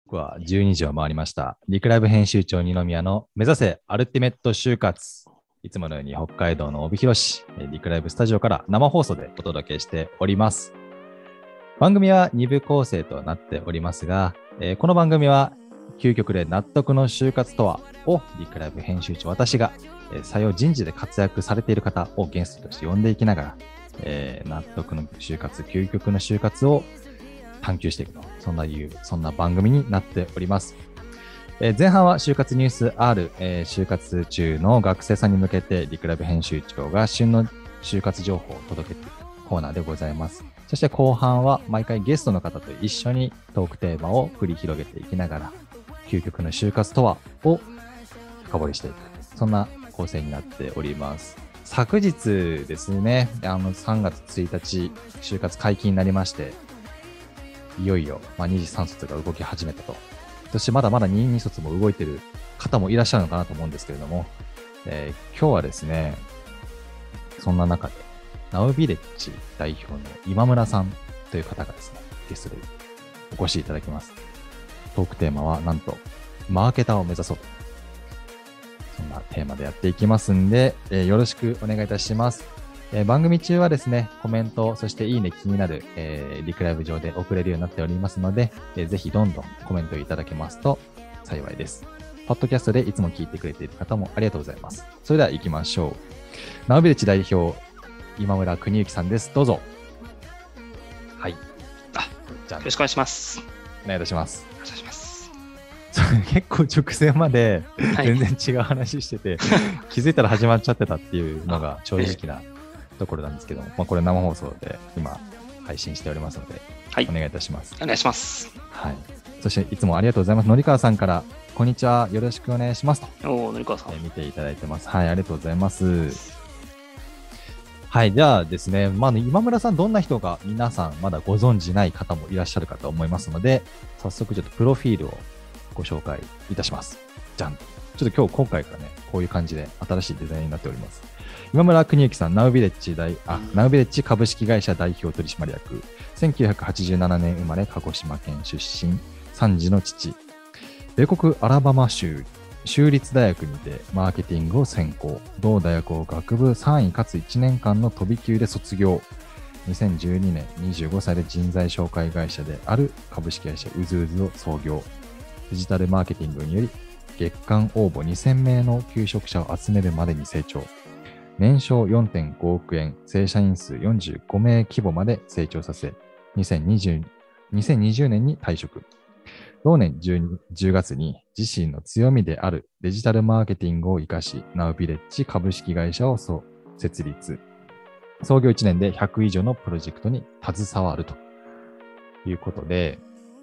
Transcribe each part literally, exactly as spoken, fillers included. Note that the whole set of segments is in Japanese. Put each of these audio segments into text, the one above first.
僕はじゅうにじを回りました。リクライブ編集長二宮の目指せアルティメット就活。いつものように北海道の帯広市、リクライブスタジオから生放送でお届けしております。番組はに部構成となっておりますが、えー、この番組は究極で納得の就活とはをリクライブ編集長私が、えー、採用人事で活躍されている方をゲストとして呼んでいきながら、えー、納得の就活、究極の就活を探求していくと、そんないう、そんな番組になっております。えー、前半は就活ニュース R、えー、就活中の学生さんに向けてリクライブ編集長が旬の就活情報を届けているコーナーでございます。そして後半は毎回ゲストの方と一緒にトークテーマを繰り広げていきながら、究極の就活とはを深掘りしていく、そんな構成になっております。昨日ですね、あのさんがつついたち就活解禁になりまして、いよいよ、まあ、に次さん卒が動き始めたと。そしてまだまだに次に卒も動いている方もいらっしゃるのかなと思うんですけれども、えー、今日はですね、そんな中で、ナウビレッジ代表の今村さんという方がですね、ゲストでお越しいただきます。トークテーマはなんと、マーケターを目指そうと。そんなテーマでやっていきますんで、えー、よろしくお願いいたします。えー、番組中はですね、コメント、そしていいね気になる、えー、リクライブ上で送れるようになっておりますので、えー、ぜひどんどんコメントいただけますと幸いです。ポッドキャストでいつも聞いてくれている方もありがとうございます。それでは行きましょう。ナウビレッジ代表、今村邦之さんです。どうぞ。はい。 あ、じゃあよろしくお願いします。 お願いいたします。 お願いします。 結構直線まで全然違う話してて、はい、気づいたら始まっちゃってたっていうのが正直なところなんですけども、まあ、これ生放送で今配信しておりますので、はい、お願いいたします。 お願いします。 はい。そしていつもありがとうございます。のりかわさんからこんにちは、よろしくお願いしますと。 おー、のりかわさん、 えー、見ていただいてます。はい、ありがとうございます。はい、じゃあですね、まあ、今村さんどんな人が皆さんまだご存じない方もいらっしゃるかと思いますので、早速ちょっとプロフィールをご紹介いたします。じゃん。ちょっと今日今回からね、こういう感じで新しいデザインになっております。今村邦之さん、ナウビレッジ大あ、ナウビレッジ株式会社代表取締役、せんきゅうひゃくはちじゅうななねん生まれ、鹿児島県出身、さん児の父、米国アラバマ州州立大学にてマーケティングを専攻、同大学を学部さんいかついちねんかんの飛び級で卒業、にせんじゅうにねんにじゅうごさいで人材紹介会社である株式会社うずうずを創業、デジタルマーケティングにより月間応募にせんめいの求職者を集めるまでに成長。年商 よんてんごおくえん、正社員数よんじゅうごめい規模まで成長させ、にせんにじゅうねんに退職。同年 10, 10月に自身の強みであるデジタルマーケティングを生かし、ナウビレッジ株式会社を設立。創業いちねんでひゃくいじょうのプロジェクトに携わるということで、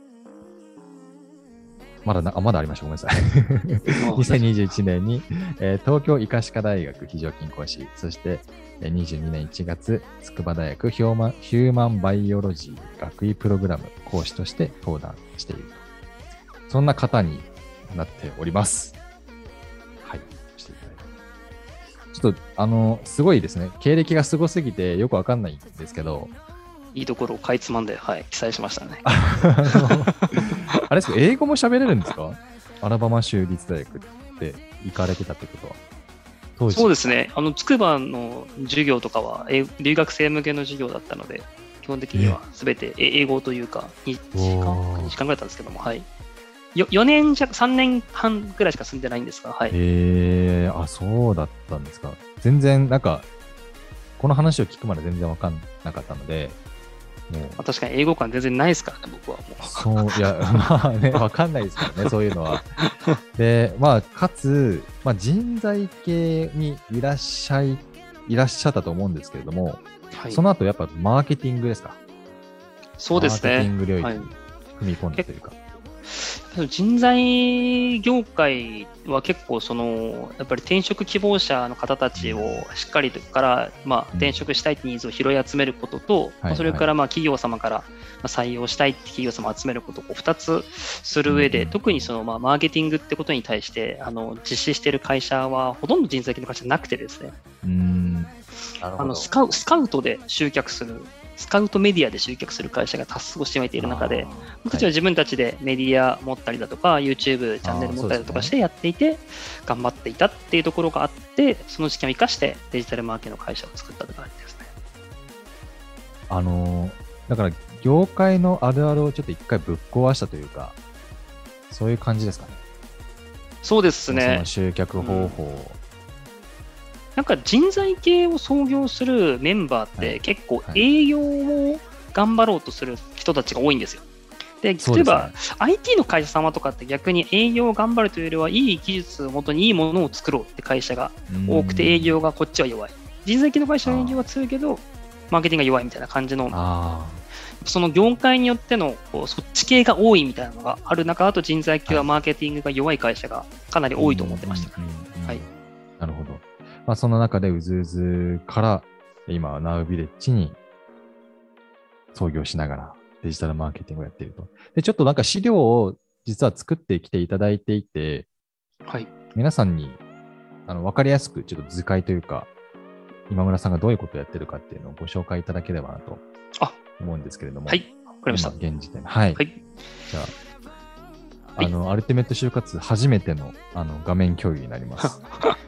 まだな、あ、まだありました。ごめんなさい。にせんにじゅういちねんに、えー、東京医科歯科大学非常勤講師、そして、えー、にじゅうにねんいちがつ、筑波大学ヒューマン、ヒューマンバイオロジー学位プログラム講師として登壇していると。そんな方になっております。はい。していただいて。ちょっと、あの、すごいですね。経歴がすごすぎてよくわかんないんですけど、 いいところをかいつまんで、はい、記載しましたね。 あれですか、英語も喋れるんですか？アラバマ州立大学って行かれてたってことは。 当時そうですね。あの、筑波の授業とかは、留学生向けの授業だったので、基本的には全て英語というか、にじかん、にじかんぐらいだったんですけども、はい。よよねん弱、さんねんはんぐらいしか住んでないんですが、はい。 へー、あ、そうだったんですか。全然、なんか、この話を聞くまで全然わかんなかったので、 もう確かに英語感全然ないですからね、僕はもう。そう、いや、まあね、わかんないですからね、そういうのは。で、まあ、かつ、まあ、人材系にいらっしゃい、いらっしゃったと思うんですけれども、はい、その後やっぱマーケティングですか？ そうですね。 マーケティング領域に踏み込んでというか。 はい、人材業界は結構そのやっぱり転職希望者の方たちをしっかりから、まあ、転職したいってニーズを拾い集めることと、うん、それからまあ企業様から採用したいって企業様を集めることをふたつする上で、うん、特にそのまあマーケティングってことに対してあの実施している会社はほとんど人材系の会社なくてですね。 うんあのスカウ、スカウトで集客する、スカウトメディアで集客する会社が多数を占めている中で、僕たちは自分たちでメディア持ったりだとか、YouTube チャンネル持ったりだとかしてやっていて、頑張っていたっていうところがあって、その時期を生かしてデジタルマーケの会社を作ったという感じですね。 あのだから業界のあるあるをちょっと一回ぶっ壊したというか、そういう感じですかね。 そうですね。 その集客方法、うん、 なんか人材系を創業するメンバーって結構営業を頑張ろうとする人たちが多いんですよ。で、例えば アイティー の会社様とかって逆に営業を頑張るというよりはいい技術をもとにいいものを作ろうって会社が多くて、営業がこっちは弱い。人材系の会社の営業は強いけど、マーケティングが弱いみたいな感じの、その業界によってのこうそっち系が多いみたいなのがある中、あと人材系はマーケティングが弱い会社がかなり多いと思ってました。はい。 なるほど。まあ、その中でうずうずから今はナウビレッジに創業しながらデジタルマーケティングをやっていると。で、ちょっとなんか資料を実は作ってきていただいていて、 はい、 皆さんにあの分かりやすくちょっと図解というか、今村さんがどういうことをやってるかっていうのをご紹介いただければなと思うんですけれども。 はい、わかりました。 現時点。はい。はい、じゃあ、あの、はい、アルティメット就活初めてのあの画面共有になります。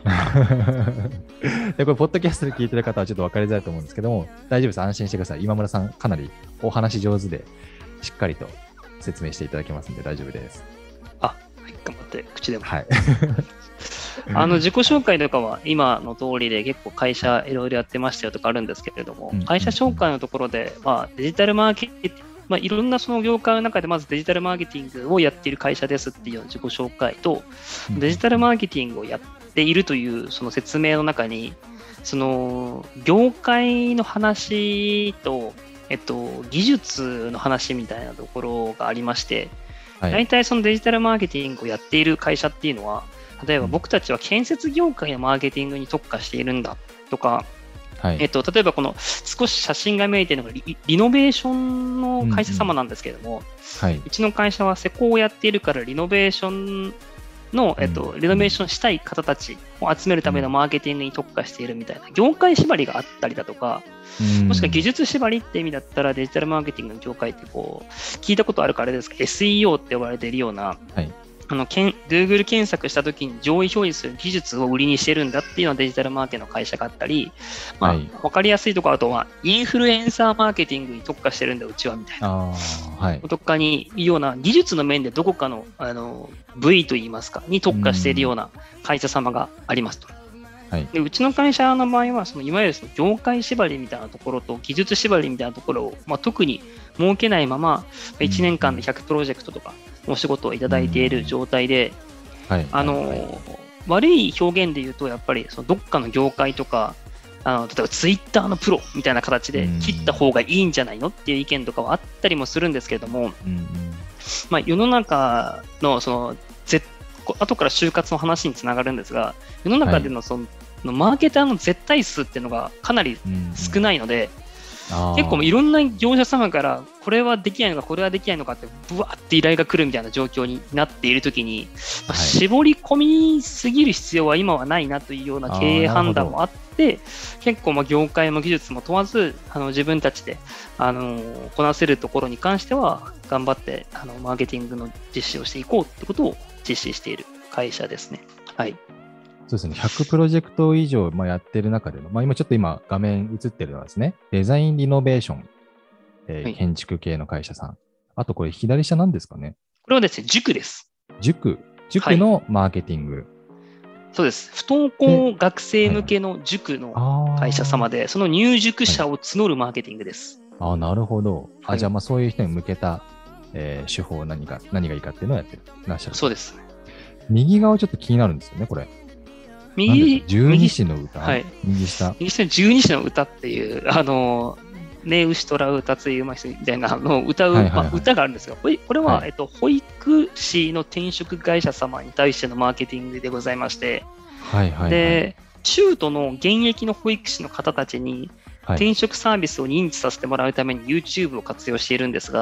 で、これ、ポッドキャストで聞いてる方はちょっと分かりづらいと思うんですけども、大丈夫です。安心してください。今村さん、かなりお話上手で、しっかりと説明していただけますので大丈夫です。 あ、はい、頑張って口でも。 はい。 あの自己紹介とかは今の通りで結構会社いろいろやってましたよとかあるんですけれども、うん、会社紹介のところで、まあ、デジタルマーケティング、まあ、いろんなその業界の中でまずデジタルマーケティングをやっている会社ですっていうような自己紹介と、デジタルマーケティングをやっているというその説明の中に、その業界の話と、えっと、技術の話みたいなところがありまして、はい、大体そのデジタルマーケティングをやっている会社っていうのは、例えば僕たちは建設業界のマーケティングに特化しているんだとか、はい、えっと、例えばこの少し写真が見えているのが リ, リノベーションの会社様なんですけれども、うんうん、はい、うちの会社は施工をやっているからリノベーションの、えっと、リノベーションしたい方たちを集めるためのマーケティングに特化しているみたいな業界縛りがあったりだとか、うん、もしくは技術縛りって意味だったらデジタルマーケティングの業界ってこう聞いたことあるからあれですか エスイーオー って呼ばれているような、はい、あのけん Google 検索したときに上位表示する技術を売りにしてるんだっていうのはデジタルマーケの会社があったり、まあはい、分かりやすいところあとはインフルエンサーマーケティングに特化してるんだうちはみたいな、あ、はい、とかにいうような技術の面でどこかの、あの V といいますかに特化しているような会社様がありますと。はい、でうちの会社の場合はそのいわゆるその業界縛りみたいなところと技術縛りみたいなところを、まあ、特に設けないままいちねんかんでひゃくプロジェクトとかお仕事をいただいている状態で、はいあのはい、悪い表現で言うとやっぱりそのどっかの業界とかあの例えばツイッターのプロみたいな形で切った方がいいんじゃないのっていう意見とかはあったりもするんですけれども、まあ、世の中のその絶後から就活の話につながるんですが、世の中でのその、はい、マーケターの絶対数っていうのがかなり少ないので、うんうん、結構いろんな業者様からこれはできないのかこれはできないのかってブワーって依頼が来るみたいな状況になっているときに、まあ、絞り込みすぎる必要は今はないなというような経営判断もあって、結構まあ業界も技術も問わずあの自分たちであのこなせるところに関しては頑張ってあのマーケティングの実施をしていこうってことを実施している会社ですね。はい。 そうですね。ひゃくプロジェクト以上、まあ、やってる中での、まあ、今ちょっと今画面映ってるのはですね、デザインリノベーション、えーはい、建築系の会社さん。あとこれ左下なんですかね。 これはですね、塾です。 塾。塾のマーケティング。はい、 そうです。不登校学生向けの塾の会社様で、はい、その入塾者を募るマーケティングです。 はい、ああ、なるほど。あ、はい、じゃあまあそういう人に向けた、えー、手法何か、何がいいかっていうのをやってる。らっしゃる。 そうです。 右側ちょっと気になるんですよね、これ。 右、 十二支の歌、 はい、 右下。 右下に十二支の歌っていう、あの、ね、牛虎歌ついうましみたいなのを歌う、はいはいはい、まあ、歌があるんですが、これは、はい、えっと、保育士の転職会社様に対してのマーケティングでございまして、はいはいはい、で、中途の現役の保育士の方たちに転職サービスを認知させてもらうために YouTube を活用しているんですが、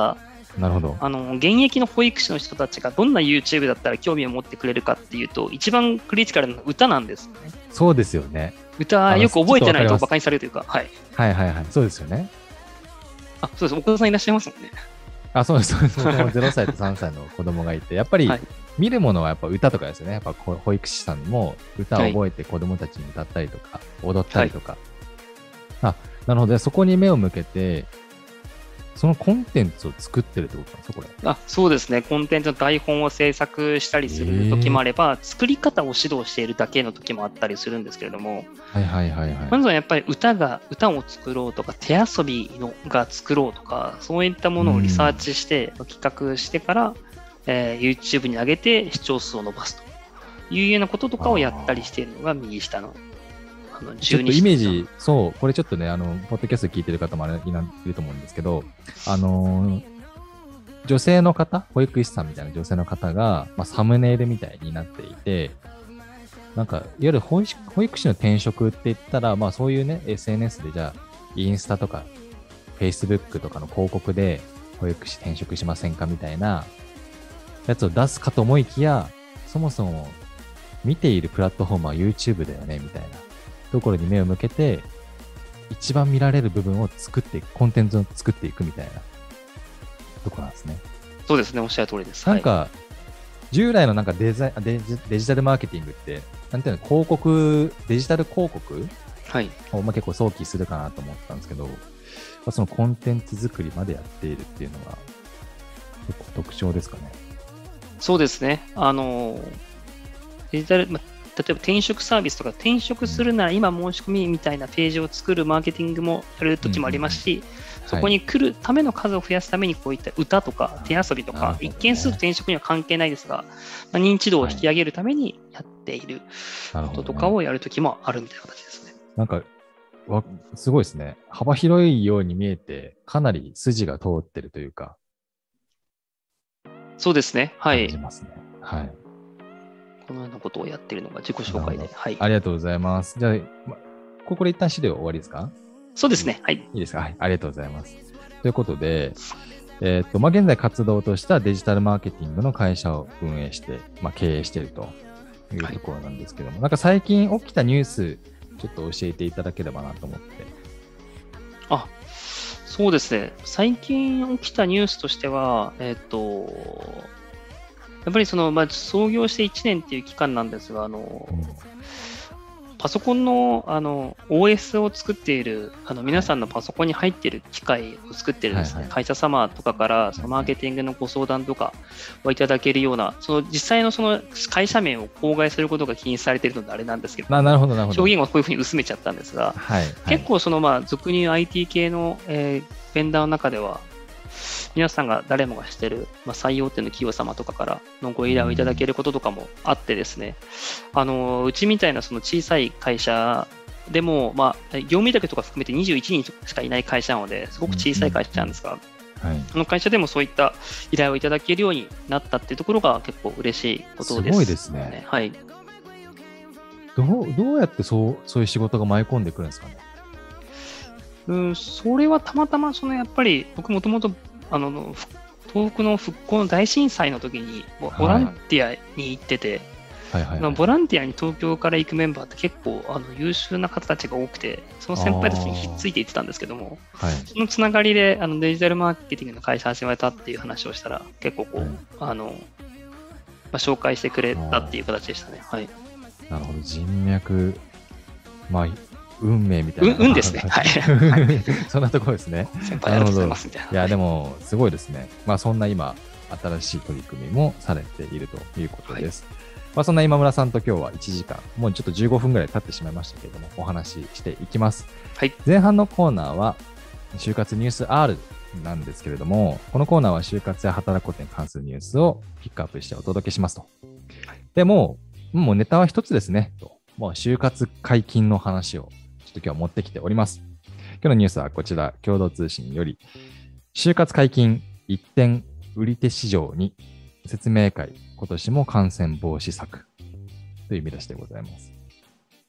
なるほど。 あの現役の保育士の人たちがどんな YouTube だったら興味を持ってくれるかっていうと、一番クリティカルなのは歌なんですよね。 そうですよね。 歌よく覚えてないとバカにされるというか、はい。 はいはいはい。そうですよね。 あ、そうです。お子さんいらっしゃいますもんね。 あ、そうです。そうです。ゼロさいとさんさいの子供がいて、やっぱり見るものはやっぱ歌とかですよね。やっぱ保育士さんも歌を覚えて子供たちに歌ったりとか、踊ったりとか。はい、あ、なるほど。そこに目を向けて、そのコンテンツを作ってるってことなんですか、これ。 あ、そうですね。コンテンツの台本を制作したりする時もあれば、作り方を指導しているだけの時もあったりするんですけれども、 はいはいはいはい。 まずはやっぱり歌が、歌を作ろうとか、手遊びのが作ろうとか、そういったものをリサーチして、企画してから、えー、YouTube に上げて視聴数を伸ばすというようなこととかをやったりしているのが右下の。 ちょっとイメージ、そう、これちょっとね、あの、ポッドキャスト聞いてる方もいると思うんですけど、あのー、女性の方、保育士さんみたいな女性の方が、まあ、サムネイルみたいになっていて、なんか、いわゆる保育保育士の転職って言ったら、まあそういうね、エスエヌエス でじゃあ、インスタとか、Facebook とかの広告で、保育士転職しませんかみたいなやつを出すかと思いきや、そもそも見ているプラットフォームは YouTube だよね、みたいな。ところに目を向けて、一番見られる部分を作っていく、コンテンツを作っていくみたいなところなんですね。 そうですね、おっしゃる通りです。 なんか、はい、従来のなんかデザデジ、デジタルマーケティングって、なんていうの、広告、デジタル広告を、まあ、結構想起するかなと思ったんですけど、まあ、そのコンテンツ作りまでやっているっていうのが、結構特徴ですかね。 そうですね。あの、デジタル、まあ例えば転職サービスとか転職するなら今申し込みみたいなページを作るマーケティングもやるときもありますし、うんうん、そこに来るための数を増やすためにこういった歌とか手遊びとか、ね、一見すると転職には関係ないですが、まあ、認知度を引き上げるためにやっていることとかをやるときもあるみたいな形ですね。 なんかわすごいですね。幅広いように見えてかなり筋が通ってるというか。 そうですね。はい。 感じますね。はい。 このようなことをやっているのが自己紹介で、はい。 ありがとうございます。じゃあ、ま、ここで一旦資料終わりですか？ そうですね。はい。 いいですか？はい。ありがとうございます。ということで、えー、っと、まあ、現在活動としたデジタルマーケティングの会社を運営して、まあ、経営しているというところなんですけども、はい、なんか最近起きたニュース、ちょっと教えていただければなと思って。 あ、そうですね。最近起きたニュースとしては、えー、っと、やっぱりその、まあ、創業していちねんっていう期間なんですが、あの、うん、パソコンの、あの オーエス を作っている、あの皆さんのパソコンに入っている機械を作っているですね、はいはい、会社様とかからそのマーケティングのご相談とかをいただけるような、その実際のその会社名を口外することが禁止されているのであれなんですけど、 なるほどなるほど、 表現をこういうふうに薄めちゃったんですが、 はいはい、 結構その、まあ、俗に言う アイティー 系の、えー、ベンダーの中では、皆さんが誰もがしている、まあ、最大手の企業様とかからのご依頼をいただけることとかもあってですね、あのうちみたいなその小さい会社でも、まあ、業務委託とか含めてにじゅういちにんしかいない会社なので、すごく小さい会社なんですが、はい、その会社でもそういった依頼をいただけるようになったっていうところが結構嬉しいことです。 すごいですね。 はい。 どう、どうやってそう、そういう仕事が舞い込んでくるんですかね。 うん、それはたまたまそのやっぱり僕もともとあの東北の復興の大震災の時にボランティアに行ってて、はいはいはいはい、ボランティアに東京から行くメンバーって結構あの優秀な方たちが多くて、その先輩たちにひっついていってたんですけども、はい、そのつながりであのデジタルマーケティングの会社始めたっていう話をしたら結構こう、はい、あのまあ、紹介してくれたっていう形でしたね。はい、なるほど、人脈、まあ運命みたいな。 運ですね。はい。 そんなところですね。 先輩ありがとうございますみたいな。 いや、でも、すごいですね。まあ、そんな今、新しい取り組みもされているということです。はい、まあ、そんな今村さんと今日はいちじかん、もうちょっとじゅうごふんぐらい経ってしまいましたけれども、お話ししていきます。はい。前半のコーナーは、就活ニュース アール なんですけれども、このコーナーは就活や働くことに関するニュースをピックアップしてお届けしますと。はい、でも、もうネタは一つですね。ともう就活解禁の話をちょっと今日は持ってきております。今日のニュースはこちら、共同通信より、就活解禁一点売り手市場に説明会、今年も感染防止策という見出しでございます。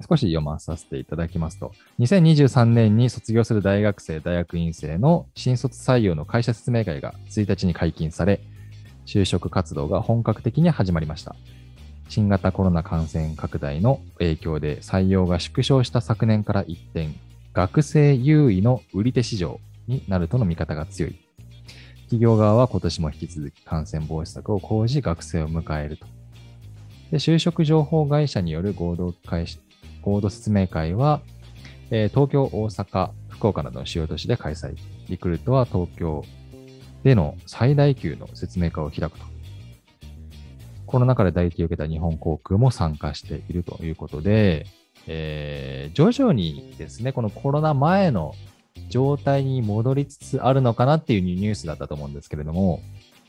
少し読まさせていただきますと、にせんにじゅうさんねんに卒業する大学生、大学院生の新卒採用の会社説明会がついたちに解禁され、就職活動が本格的に始まりました。新型コロナ感染拡大の影響で採用が縮小した昨年から一転、学生優位の売り手市場になるとの見方が強い。企業側は今年も引き続き感染防止策を講じ、学生を迎えると。で、就職情報会社による合同会社合同説明会は、えー、東京、大阪、福岡などの主要都市で開催。リクルートは東京での最大級の説明会を開くと。コロナ禍で打撃を受けた日本航空も参加しているということで、えー、徐々にですね、このコロナ前の状態に戻りつつあるのかなっていうニュースだったと思うんですけれども、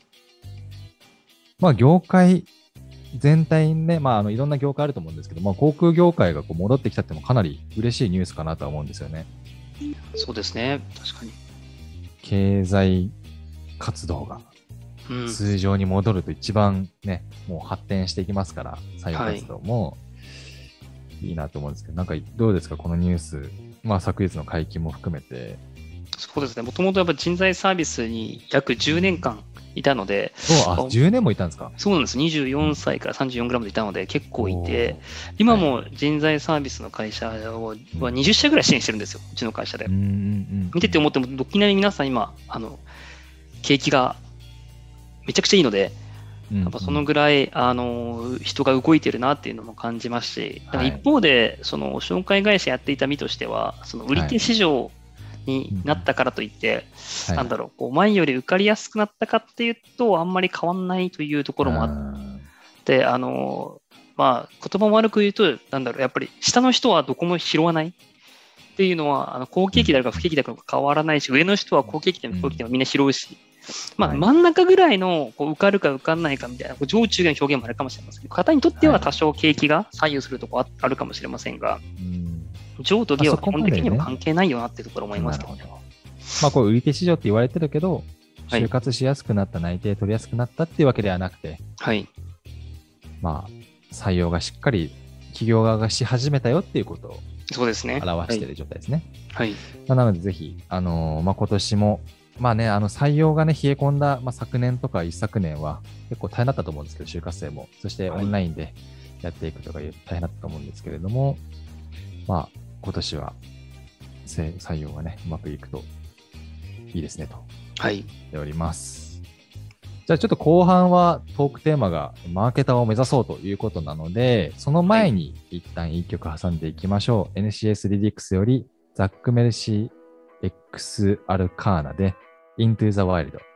まあ業界全体にね、まあ、あのいろんな業界あると思うんですけど、まあ、航空業界がこう戻ってきたってもかなり嬉しいニュースかなとは思うんですよね。 そうですね、確かに。 経済活動が通常に戻ると一番ね、うん、もう発展していきますから、採用活動もいいなと思うんですけど、はい、なんかどうですか、このニュース、まあ、昨日の解禁も含めて。 そうですね、もともとやっぱ人材サービスに約じゅうねんかんいたので、 あ、じゅうねんもいたんですか？ そうなんです。にじゅうよんさいからさんじゅうよんグラムでいたので結構いて、今も人材サービスの会社をはにじゅっしゃぐらい支援してるんですよ、うちの会社で。うんうんうん、見てて思っても、いきなり皆さん今、あの景気がめちゃくちゃいいので、やっぱそのぐらいあの人が動いてるなっていうのも感じますし、だから一方で、その紹介会社やっていた身としては、その売り手市場になったからといって、はい、なんだろう、こう前より受かりやすくなったかっていうと、あんまり変わんないというところもあって、あの、まあ、言葉も悪く言うと、なんだろう、やっぱり下の人はどこも拾わないっていうのは、あの好景気だか不景気だか変わらないし、上の人は好景気でも不景気でもみんな拾うし、まあ、真ん中ぐらいのこう受かるか受かんないかみたいな、上中間の表現もあるかもしれません。方にとっては多少景気が左右するところあるかもしれませんが、上と下は基本的には関係ないよなっていうところ思いますけどね。 まあ、こう売り手市場って言われてるけど、就活しやすくなった、内定取りやすくなったっていうわけではなくて、 はい。 まあ、採用がしっかり企業側がし始めたよっていうことをそうですね。 表している状態ですね。 はい。はい、 まあ、なので、ぜひ、あのー、まあ、今年も、まあね、あの採用がね、冷え込んだ、まあ、昨年とか一昨年は結構大変だったと思うんですけど、就活生も、そしてオンラインでやっていくとかいう大変だったと思うんですけれども、まあ、今年は採用がね、うまくいくといいですねと。 はい。 言っております。じゃあちょっと後半はトークテーマがマーケターを目指そうということなので、その前に一旦いっきょく挟んでいきましょう。はい、エヌシーエス リリックスよりザック・メルシー X アルカーナで Into the Wild